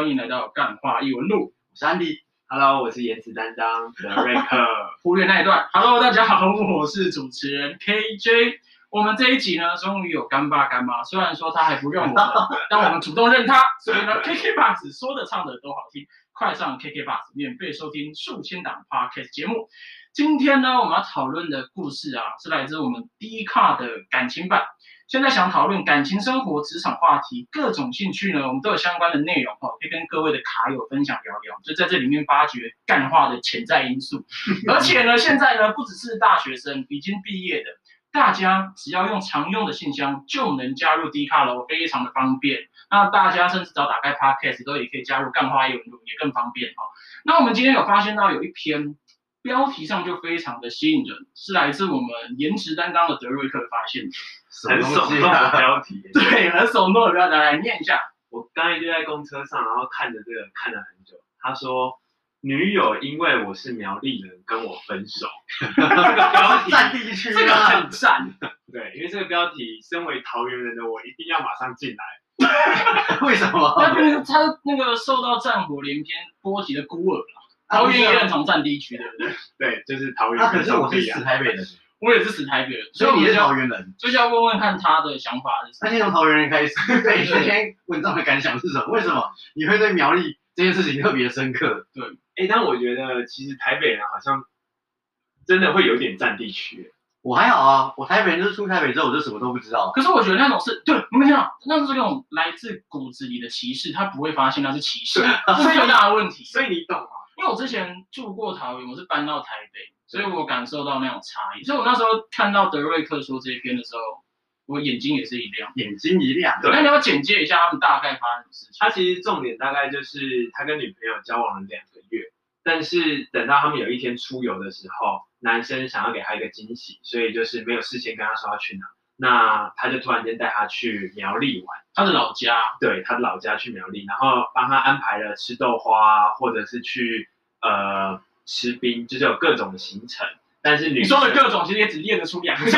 欢迎来到干话异闻录。 我是安迪 ，Hello， 我是颜值担当的瑞克。 忽略那一段 ，Hello， 大家好，我是主持人 KJ。我们这一集呢，终于有干爸干妈，虽然说他还不认我们，但我们主动认他，所以呢 ，KKBOX 说的唱的都好听，快上 KKBOX 免费收听数千档 Podcast 节目。今天呢，我们要讨论的故事啊，是来自我们 Dcard 的感情版。现在想讨论感情生活、职场话题，各种兴趣呢，我们都有相关的内容可以跟各位的卡友分享聊聊，就在这里面发掘干话的潜在因素。而且呢，现在呢，不只是大学生，已经毕业的，大家只要用常用的信箱就能加入 Dcard 了，非常的方便。那大家甚至只要打开 Podcast 都也可以加入干话异闻录，也更方便哈。那我们今天有发现到有一篇标题上就非常的吸引人，是来自我们颜值担当的德瑞克发现的。 很耸动的标题， 对，很耸动的标题，来念一下。 我刚才就在公车上，然后看着这个看了很久。他说，女友因为我是苗栗人跟我分手。这个标题占地区这个很赞。 对，因为这个标题，身为桃园人的我一定要马上进来。 为什么？ 他那个受到战火连篇波及的孤儿啦，桃园也很常占地区，对不对？ 对，就是桃园。 可是我是死台北人。 我也是死台北人， 所以你是桃园人， 就是要问问看他的想法是什么。 那先从桃园人开始，对这篇文章的感想是什么？为什么你会对苗栗这件事情特别深刻？ 对，但我觉得其实台北人好像真的会有点占地区。 我还好啊，我台北人就是出台北之后我就什么都不知道。 可是我觉得那种是对，你们想，那是这种来自骨子里的歧视，他不会发现那是歧视，这是最大的问题。 所以你懂吗？ 因为我之前住过桃园，我是搬到台北，所以我感受到那种差异。所以我那时候看到德瑞克说这一篇的时候，我眼睛也是一亮， 眼睛一亮。 那你要简介一下他们大概发生的事情。 他其实重点大概就是他跟女朋友交往了2个月，但是等到他们有一天出游的时候，男生想要给他一个惊喜，所以就是没有事先跟他说要去哪，那他就突然间带他去苗栗玩， 他的老家， 对，他的老家去苗栗，然后帮他安排了吃豆花，或者是去吃冰，就是有各种的行程。但是你说的各种其实也只列得出2个。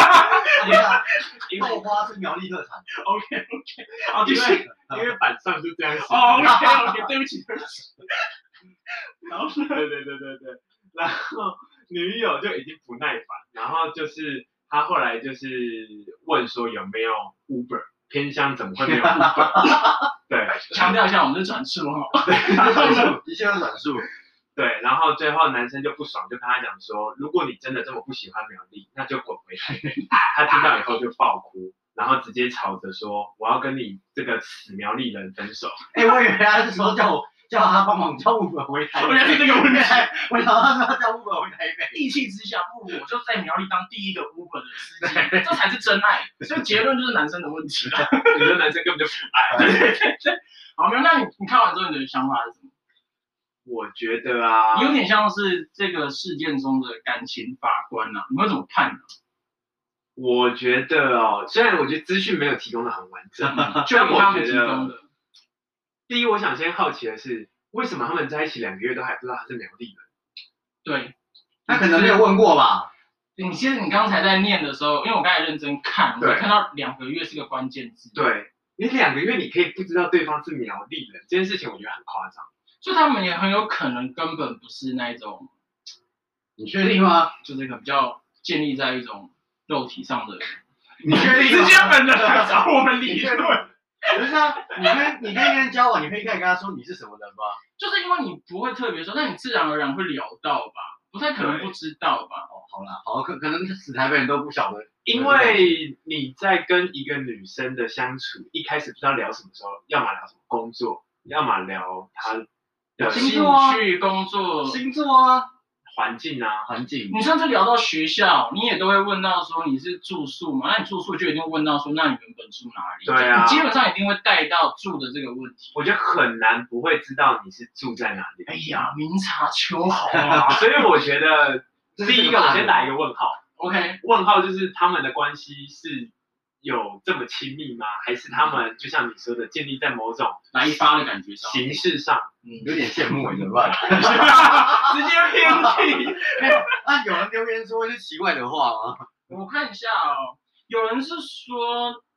豆花是苗栗特产。 OK， 好，继续。 因为板上就这样写。 OK， 对不起。 然后对，然后女友就已经不耐烦，然后就是他后来就是问说有没有 Uber， 偏乡怎么会没有 Uber？ 对， 强调一下我们是转述哈。 对，一切都转述。 对，然后最后男生就不爽，就跟他讲说，如果你真的这么不喜欢苗栗，那就滚回台北。他听到以后就爆哭，然后直接吵着说，我要跟你这个死苗栗人分手。 我以为他是说叫他帮忙叫 Uber 回台北。 原来是这个问题。 我想他说叫 Uber 回台北。 义气之下，不如我就在苗栗当第一个 Uber 的司机，这才是真爱。所以结论就是男生的问题啦。 你说男生根本就不爱。 对。好，没有，那你看完之后你的想法是什么？ 我觉得啊， 有点像是这个事件中的感情法官啊，你会怎么判呢？ 我觉得哦，虽然我觉得资讯没有提供的很完整， 就我觉得， 第一，我想先好奇的是，为什么他们在一起2个月都还不知道他是苗栗人？ 对， 他可能没有问过吧。 其实你刚才在念的时候，因为我刚才认真看，我看到2个月是个关键字。 对，你2个月你可以不知道对方是苗栗人，这件事情我觉得很夸张。 所以他们也很有可能根本不是那种， 你确定吗？ 就是一个比较建立在一种肉体上的。 你确定？ 直接本人来找我们理论。 不是啊，你跟一个人交往，你可以开始跟他说你是什么人吧？ 就是因为你不会特别说，那你自然而然会聊到吧，不太可能不知道吧。 好啦，好，可能死台北人都不晓得， 因为你在跟一个女生的相处，一开始不知道聊什么时候，要么聊什么工作，要么聊她的兴趣、工作、 星座啊、 环境啊。 你上次聊到学校，你也都会问到说你是住宿嘛？那你住宿就一定问到说，那你原本住哪里？ 对啊， 你基本上一定会带到住的这个问题。 我觉得很难不会知道你是住在哪里。 哎呀，明察秋毫啊！ 所以我觉得第一个我先打一个问号。 OK， 问号就是他们的关系是有这么亲密吗？还是他们就像你说的，建立在某种来发的感觉上， 形式上？ 有点羡慕，怎么办？ 直接偏题。 那有人留言说是奇怪的话吗？ 我看一下哦，有人是说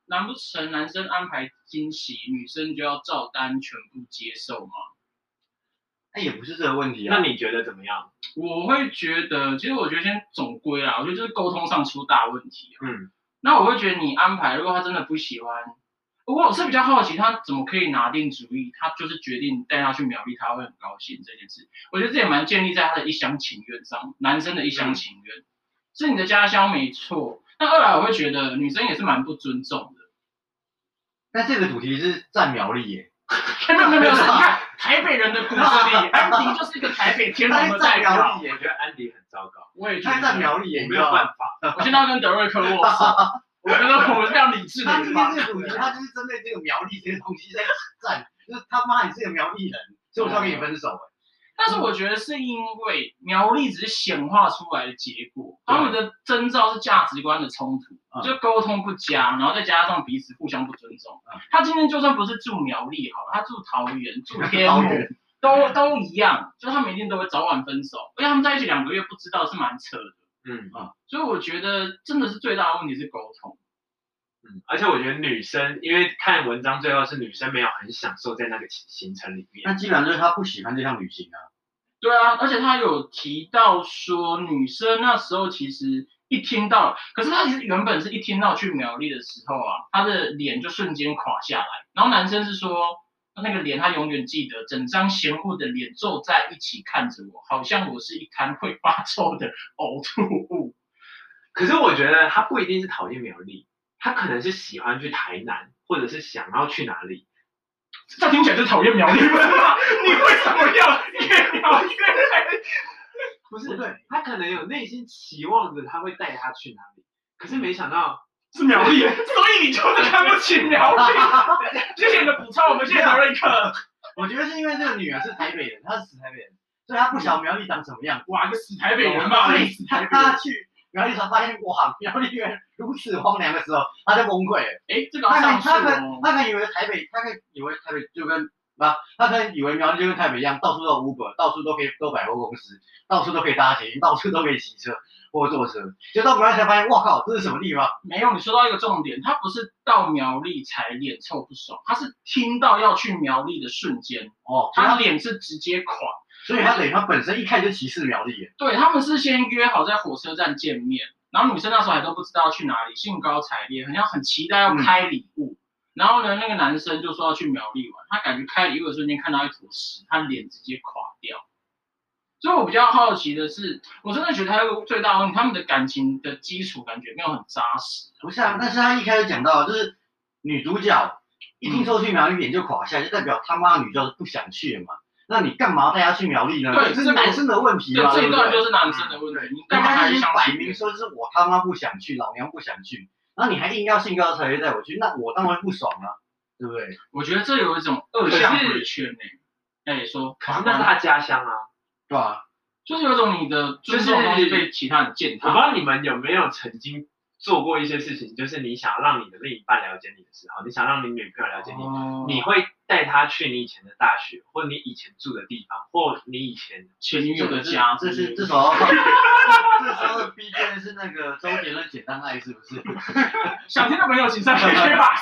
难不成男生安排惊喜，女生就要照单全部接受吗？ 那也不是这个问题啊。 那你觉得怎么样？ 我会觉得，其实我觉得先总归啦，我觉得就是沟通上出大问题。 嗯， 那我会觉得你安排，如果他真的不喜欢，我是比较好奇他怎么可以拿定主意，他就是决定带他去苗栗，他会很高兴这件事。我觉得这也蛮建立在他的一厢情愿上，男生的一厢情愿，是你的家乡没错。那二来我会觉得女生也是蛮不尊重的。 但这个主题是占苗栗耶， 没有，你看台北人的故事里，安迪就是一个台北天龙的代表。 苗栗耶， 我觉得安迪很糟糕， 我也觉得他占苗栗耶， 我没有办法。 我现在要跟德瑞克握手。我觉得我们非常理智的他今一方。 天这个主题，他就是针对这个苗栗这个东西在战，就是他妈你是个苗栗人，所以我就要跟你分手。 但是我觉得是因为苗栗只是显化出来的结果，他们的征兆是价值观的冲突，就沟通不佳，然后再加上彼此互相不尊重。他今天就算不是住苗栗好了，他住桃园、住天母，都一样，就他们一定都会早晚分手，而且他们在一起2个月不知道是蛮扯的。所以我觉得真的是最大的问题是沟通。 而且我觉得女生，因为看文章最后是女生没有很享受在那个行程里面， 那基本上就是他不喜欢这项旅行啊。 对啊，而且他有提到说，女生那时候其实一听到，可是他其实原本是一听到去苗栗的时候啊，他的脸就瞬间垮下来。然后男生是说，那个脸他永远记得，整张咸乎的脸皱在一起看着我，好像我是一滩会发臭的呕吐物。 可是我觉得他不一定是讨厌苗栗，他可能是喜欢去台南，或者是想要去哪里。 这听起来就讨厌苗栗，不是吗？你为什么要越描越黑？ 不是，对，他可能有内心期望着他会带他去哪里，可是没想到是苗栗，所以你就是看不起苗栗。谢谢你的补充，我们谢谢德瑞克。 我觉得是因为这个女儿是台北人，她是死台北人，所以她不晓得苗栗长什么样。 哇，个死台北人吧，死台北人。 她去苗栗才发现，哇，苗栗人如此荒凉的时候，她就崩溃了。 这个上他可能以为台北，他可能以为台北就跟他可能以为苗栗就跟台北一样，到处都有 Uber， 到处都可以都百货公司，到处都可以搭捷运，到处都可以骑车或坐车。就到苗栗才发现，哇靠，这是什么地方？ 没有，你说到一个重点，他不是到苗栗才脸臭不爽，他是听到要去苗栗的瞬间，他脸是直接垮。 所以他等于他本身一开始就歧视苗栗。 对，他们是先约好在火车站见面，然后女生那时候还都不知道要去哪里，兴高采烈，好像很期待要开礼物。然后呢，那个男生就说要去苗栗玩，他感觉开礼物的瞬间看到一坨屎，他脸直接垮掉。所以我比较好奇的是，我真的觉得他有个最大的问题，他们的感情的基础感觉没有很扎实。 不是啊，但是他一开始讲到，就是女主角一听说去苗栗脸就垮下来，就代表他妈女主角是不想去了嘛。那你干嘛带他去苗栗呢？ 对， 这是男生的问题嘛。 对，这一段就是男生的问题。你干嘛还想摆明说是我他妈不想去，老娘不想去，然后你还硬要兴高采烈带我去，那我当然会不爽啊，对不对？ 我觉得这有一种恶向回圈说， 可是那是他家乡啊， 对吧？ 就是有一种你的尊重东西被其他人践踏。 我不知道你们有没有曾经做过一些事情，就是你想让你的另一半了解你的时候，你想让你女朋友了解你，你会带她去你以前的大学，或你以前住的地方，或你以前前女友的家。 这时候的 BGM 是那个周杰伦《简单爱》，是不是？ 想听的朋友请上 KK 吧。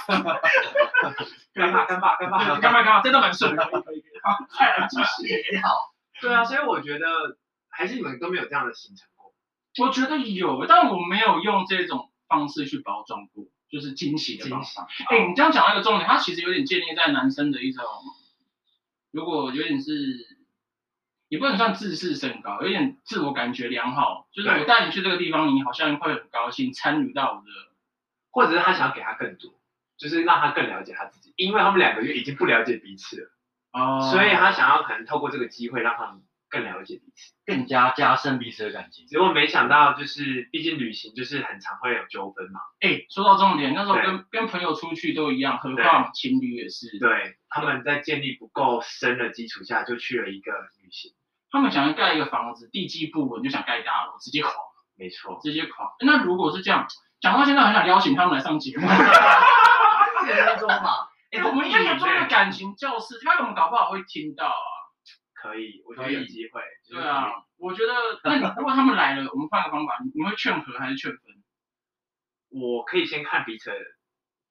干嘛，真的蛮顺的。可以。好，再来继续。 好。 对啊，所以我觉得还是你们都没有这样的行程过。 我觉得有，但我没有用这种方式去包装过，就是惊喜的方法。你这样讲到一个重点，它其实有点建立在男生的一种，如果有点是，也不能算自视甚高，有点自我感觉良好，就是我带你去这个地方，你好像会很高兴参与到我的， 或者是他想要给他更多，就是让他更了解他自己，因为他们2个月已经不了解彼此了。所以他想要可能透过这个机会让他们更了解彼此， 更加深彼此的感情。 结果没想到，就是毕竟旅行就是很常会有纠纷嘛。 说到重点，那时候跟朋友出去都一样，何况情侣也是。 对，他们在建立不够深的基础下，就去了一个旅行。 他们想要盖一个房子，地基不稳就想盖大楼，直接垮。 没错， 直接垮。那如果是这样，讲到现在很想邀请他们来上节目。 4分钟嘛。 我们应该做一个感情教室，他们搞不好会听到啊。 可以，我觉得有机会。 对啊，我觉得，那如果他们来了，我们换个方法，你会劝和还是劝分？ 我可以先看彼此的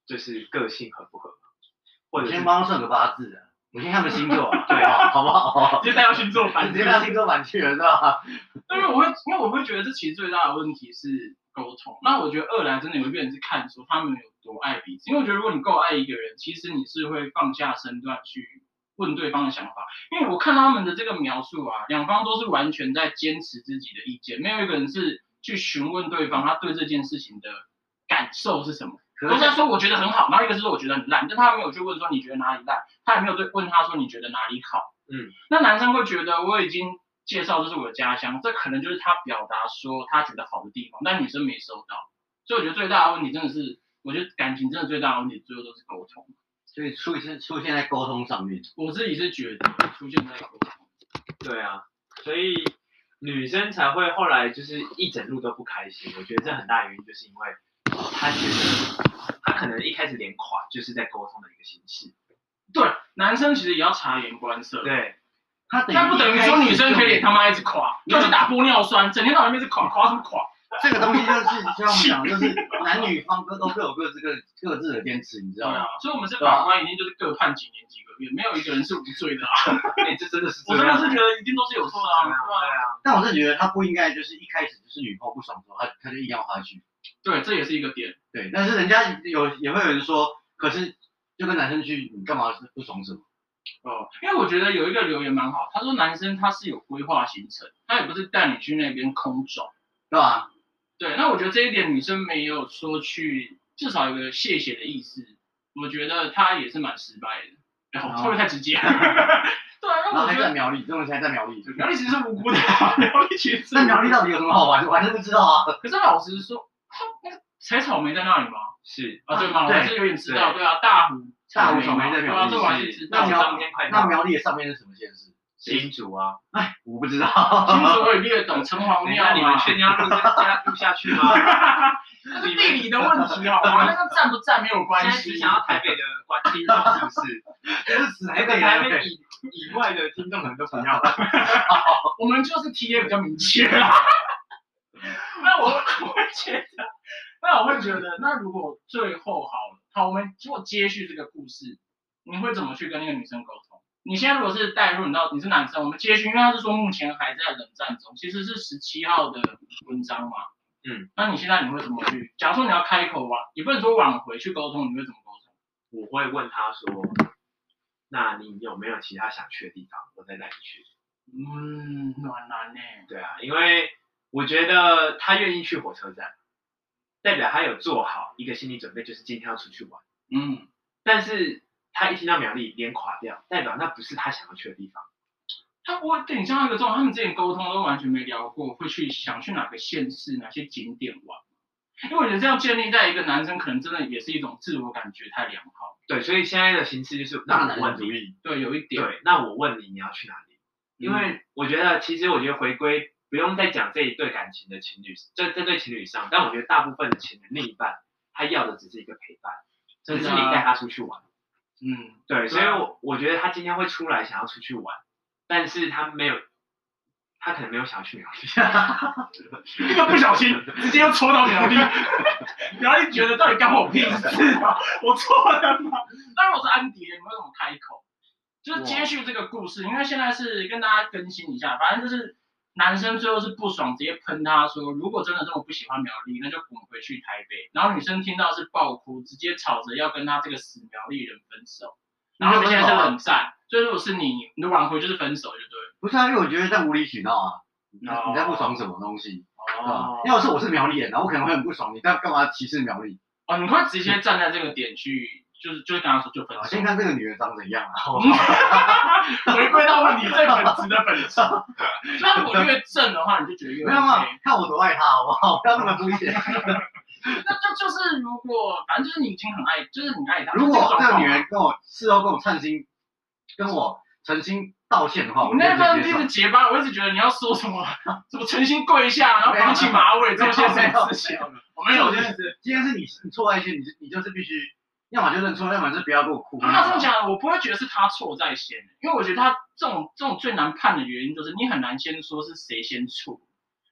就是个性合不合，或者是我先帮他算个八字啊，我先看他们星座啊，对啊，好不好？ 直接带到星座版， 直接让星座版去了是吧？ 因为我会觉得这其实最大的问题是沟通。那我觉得二来真的有一个人是看说他们有多爱彼此，因为我觉得如果你够爱一个人，其实你是会放下身段去问对方的想法。因为我看他们的这个描述啊，两方都是完全在坚持自己的意见，没有一个人是去询问对方他对这件事情的感受是什么。都是在说我觉得很好，然后一个是说我觉得很烂，但他没有去问说你觉得哪里烂，他也没有问他说你觉得哪里好。那男生会觉得我已经介绍这是我的家乡，这可能就是他表达说他觉得好的地方，但女生没收到，所以我觉得最大的问题真的是，我觉得感情真的最大的问题最后都是沟通， 所以出现在沟通上面。 我自己是觉得出现在沟通。 对啊，所以女生才会后来就是一整路都不开心。我觉得这很大原因就是因为她觉得她可能一开始连垮就是在沟通的一个形式。 对，男生其实也要察言观色。 对， 但不等于说女生可以连他妈一直垮，就是打玻尿酸，整天到晚一直垮什么垮。 这个东西就是像我们讲，就是男女方都各有各自的坚持，你知道吗？ 所以我们是法官，一定就是各判几年几个月，没有一个人是无罪的啊。 这真的是， 我真的是觉得一定都是有错的啊。对啊。 但我是觉得他不应该就是一开始就是女朋友不爽的时候，他就硬要下去。 对，这也是一个点。 对，但是人家也会有人说，可是就跟男生去，你干嘛是不爽什么？ 因为我觉得有一个留言蛮好，他说男生他是有规划行程，他也不是带你去那边空转， 对吧？ 对，那我觉得这一点女生没有说去，至少有个谢谢的意思，我觉得他也是蛮失败的。会不会太直接？对啊，因为我觉得苗栗，这种才在苗栗， 苗栗其实是无辜的，苗栗其实。 那苗栗到底有什么好玩？我还是不知道啊。 可是老实说，那个采草莓在那里吗？ 是啊，对吗？我还是有点知道，对啊，大湖草莓在苗栗， 这我还是知道。 那苗栗的上面是什么县市？ 新竹啊， 哎，我不知道。 新竹我也略懂，城隍庙嘛。 你们确定要录下去吗？ 那是地理的问题好吗？那个站不站没有关系。 现在只想要台北的听众是不是？就是台北以外的听众可能都不要了。 我们就是 TA 比较明确啦。那我会觉得，那如果最后好，我们如果接续这个故事，你会怎么去跟那个女生沟通？你现在如果是带入你是男生，我们接续，因为他是说目前还在冷战中，其实是17号的文章嘛。那你现在你会怎么去？假如说你要开口也不能说挽回去沟通，你会怎么沟通？ 我会问他说，那你有没有其他想去的地方，我再带你去。 暖男呢？ 对啊，因为我觉得他愿意去火车站，代表他有做好一个心理准备，就是今天要出去玩。但是他一听到苗栗脸垮掉，代表那不是他想要去的地方。 他不会跟你像一个状况，他们之前沟通都完全没聊过，会想去哪个县市、哪些景点玩。因为我觉得这样建立在一个男生可能真的也是一种自我感觉太良好。 对，所以现在的形式就是大男人主义。 对，有一点。 对，那我问你要去哪里？因为我觉得回归不用再讲这一对感情的情侣，这对情侣上，但我觉得大部分的情侣另一半他要的只是一个陪伴，只是你带他出去玩。对，所以我觉得他今天会出来想要出去玩，但是他可能没有想要去苗栗， 一个不小心直接又戳到苗栗，苗栗觉得到底干我屁事啊？我错了吗？当然我是安迪，你会怎么开口？就是接续这个故事，因为现在是跟大家更新一下，反正就是男生最后是不爽，直接喷他说，如果真的这么不喜欢苗栗，那就滚回去台北。然后女生听到是爆哭，直接吵着要跟他这个死苗栗人分手。然后现在是冷战，所以如果是你的挽回就是分手就对了。 不是啊，因为我觉得在无理取闹啊，你在不爽什么东西？要是我是苗栗人，然后我可能会很不爽，你干嘛歧视苗栗？ 你会直接站在这个点去，就是跟他说就分手。 先看这个女人长怎样啊。 回归到问题最本质的本质。所以如果越正的话，你就觉得越 OK。 没有嘛，看我多爱他好不好？不要那么肤浅。 那就是如果反正就是你已经很爱，就是你爱他。 如果这个女人事后跟我澄清，跟我诚心道歉的话， 你那段一直结巴，我一直觉得你要说什么诚心跪下，然后绑起马尾做些什么事情。我没有， 今天是你错在先，你就是必须，要么就认错，要么就不要跟我哭。 那这么讲，我不会觉得是他错在先，因为我觉得他这种最难判的原因就是你很难先说是谁先错。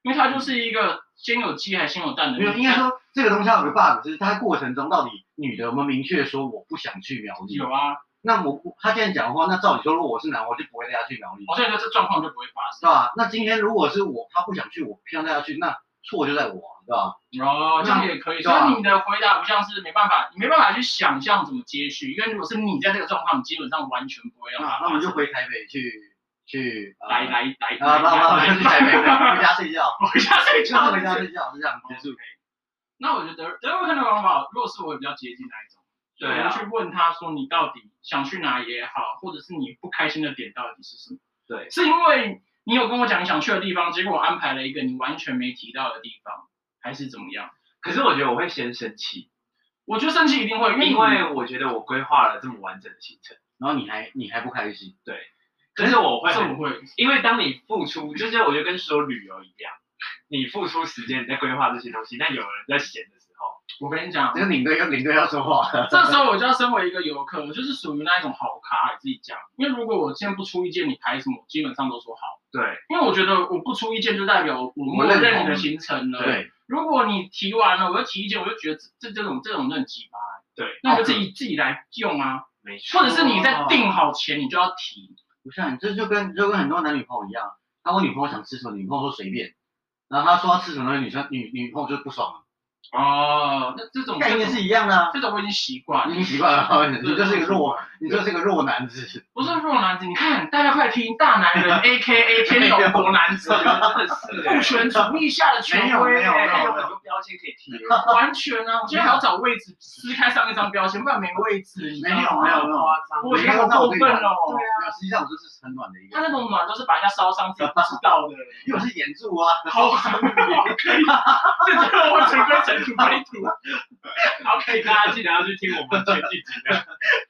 因为它就是一个先有鸡还是先有蛋的。 没有，应该说这个东西它有个 bug，就是它过程中到底女的有没有明确说我不想去苗栗？ 有啊。 那他既然讲的话，那照理说，如果我是男，我就不会带他去苗栗。 我所以说这状况就不会发生， 对吧？那今天如果是他不想去，我偏要带他去，那错就在我，对吧？ 哦，这样也可以。所以你的回答不像是没办法，你没办法去想象怎么接续，因为如果是你在这个状况，你基本上完全不会让它。 那我们就回台北去来去台北，回家睡觉， 回家睡觉， 回家睡觉，就这样结束。 那我觉得德瑞克的方法，如果是我比较接近哪一种？对啊，去问他说你到底想去哪也好，或者是你不开心的点到底是什么？ 对， 是因为你有跟我讲你想去的地方，结果我安排了一个你完全没提到的地方，还是怎么样？ 可是我觉得我会先生气， 我觉得生气一定会， 因为我觉得我规划了这么完整的行程， 然后你还不开心， 对。可是我会不会， 因为当你付出，就是我觉得跟说旅游一样，你付出时间你在规划这些东西，那有人在闲的时候， 我跟你讲， 这个领队要说话， 这时候我就要身为一个游客，我就是属于那一种好咖，你自己讲。因为如果我今天不出意见，你排什么，基本上都说好。 对， 因为我觉得我不出意见就代表我默认你的行程了。 对， 如果你提完了，我又提意见，我就觉得这种就很鸡巴。 对， 那你就自己来用啊， 没错。 或者是你在定好前你就要提。 不像这就跟很多男女朋友一样，他问女朋友想吃什么，女朋友说随便，然后他说要吃什么，女朋友就不爽了。 哦，那这种概念是一样的啊。 这种我已经习惯了， 你已经习惯了，你就是一个弱男子。 不是弱男子，你看大家快听，大男人 AKA 天龙国男子，父权主义下的权威， 有很多标签可以贴， 完全啊！我现在还要找位置，撕开上一张标签，不然没位置。 没有夸张， 我觉得好过分哦。 对啊，实际上我就是很暖的一个。 他那种暖都是把人家烧伤自己不知道的， 因为我是演助啊， 好可以，这真的会尘归尘，土归土。 好，可以大家记得要去听我们前几集的。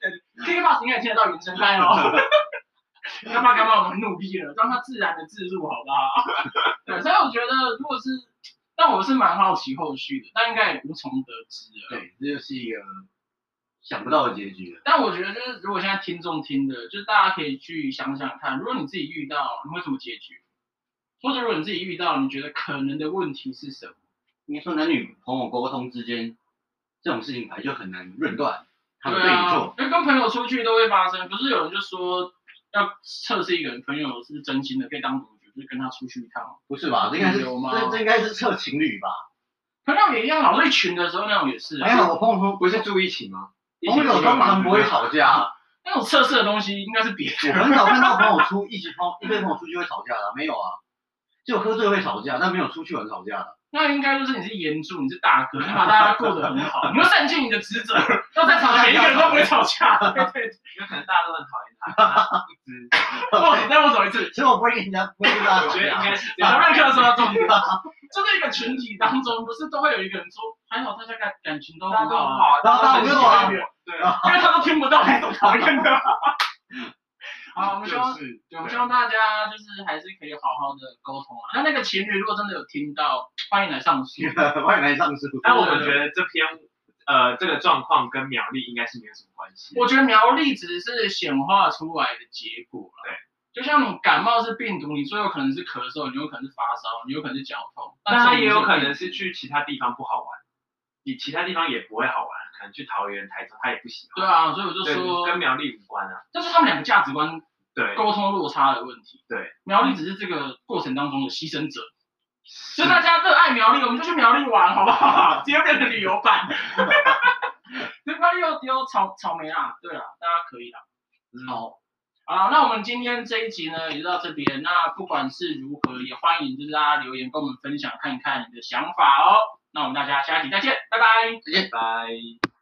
KKBOX 应该也听得到原声带哦。干嘛，我们很努力了，让它自然的自入，好不好？对，所以我觉得，如果是，但我是蛮好奇后续的，但应该也无从得知了。 对，这就是一个想不到的结局了。 但我觉得，就是如果现在听众听的，就是大家可以去想想看，如果你自己遇到，你会怎么解决？或者如果你自己遇到，你觉得可能的问题是什么？ 应该说男女朋友沟通之间这种事情本来就很难论断他的对与错， 因为跟朋友出去都会发生。不是有人就说要测试一个人朋友是真心的，可以当主角，就是跟他出去一趟。 不是吧？这应该是测情侣吧？ 朋友也一样，老是一群的时候那种也是。 没有，我朋友说不是住一起吗？ 朋友通常不会吵架。 那种测试的东西应该是别的。 我很少看到朋友一堆朋友出去会吵架的，没有啊。就喝醉会吵架，但没有出去玩吵架的。 那应该就是你是岩柱，你是大哥，你把大家过得很好，你要善尽你的职责，要在吵架，每一个人都不会吵架。对， 有可能大家都很讨厌他，不知。 再我走一次， 其实我不会跟人家， 我觉得应该是这样。 瑞克说到重点，就是一个群体当中，不是都会有一个人说，还好大家感情都很好啊， 然后大家没有啊， 对啊，因为他都听不到那种讨厌的。好，我们希望大家就是还是可以好好的沟通啊。那个情侣如果真的有听到，欢迎来上诉， 欢迎来上诉。 但我们觉得这个状况跟苗栗应该是没有什么关系。 我觉得苗栗只是显化出来的结果了。对，就像你感冒是病毒，你最有可能是咳嗽，你有可能是发烧，你有可能是脚痛， 但它也有可能是去其他地方不好玩，你其他地方也不会好玩。可能去桃园、台中，他也不喜欢。 对啊，所以我就说跟苗栗无关啊。 但是他们两个价值观沟通落差的问题。 对， 苗栗只是这个过程当中的牺牲者。就大家热爱苗栗，我们就去苗栗玩，好不好？直接变成旅游版。对，苗栗有草莓啦，对啦，大家可以啦。好。好，那我们今天这一集呢，也就到这边。那不管是如何，也欢迎就是大家留言跟我们分享看看你的想法哦。那我们大家下一集再见，拜拜。 再见， 拜。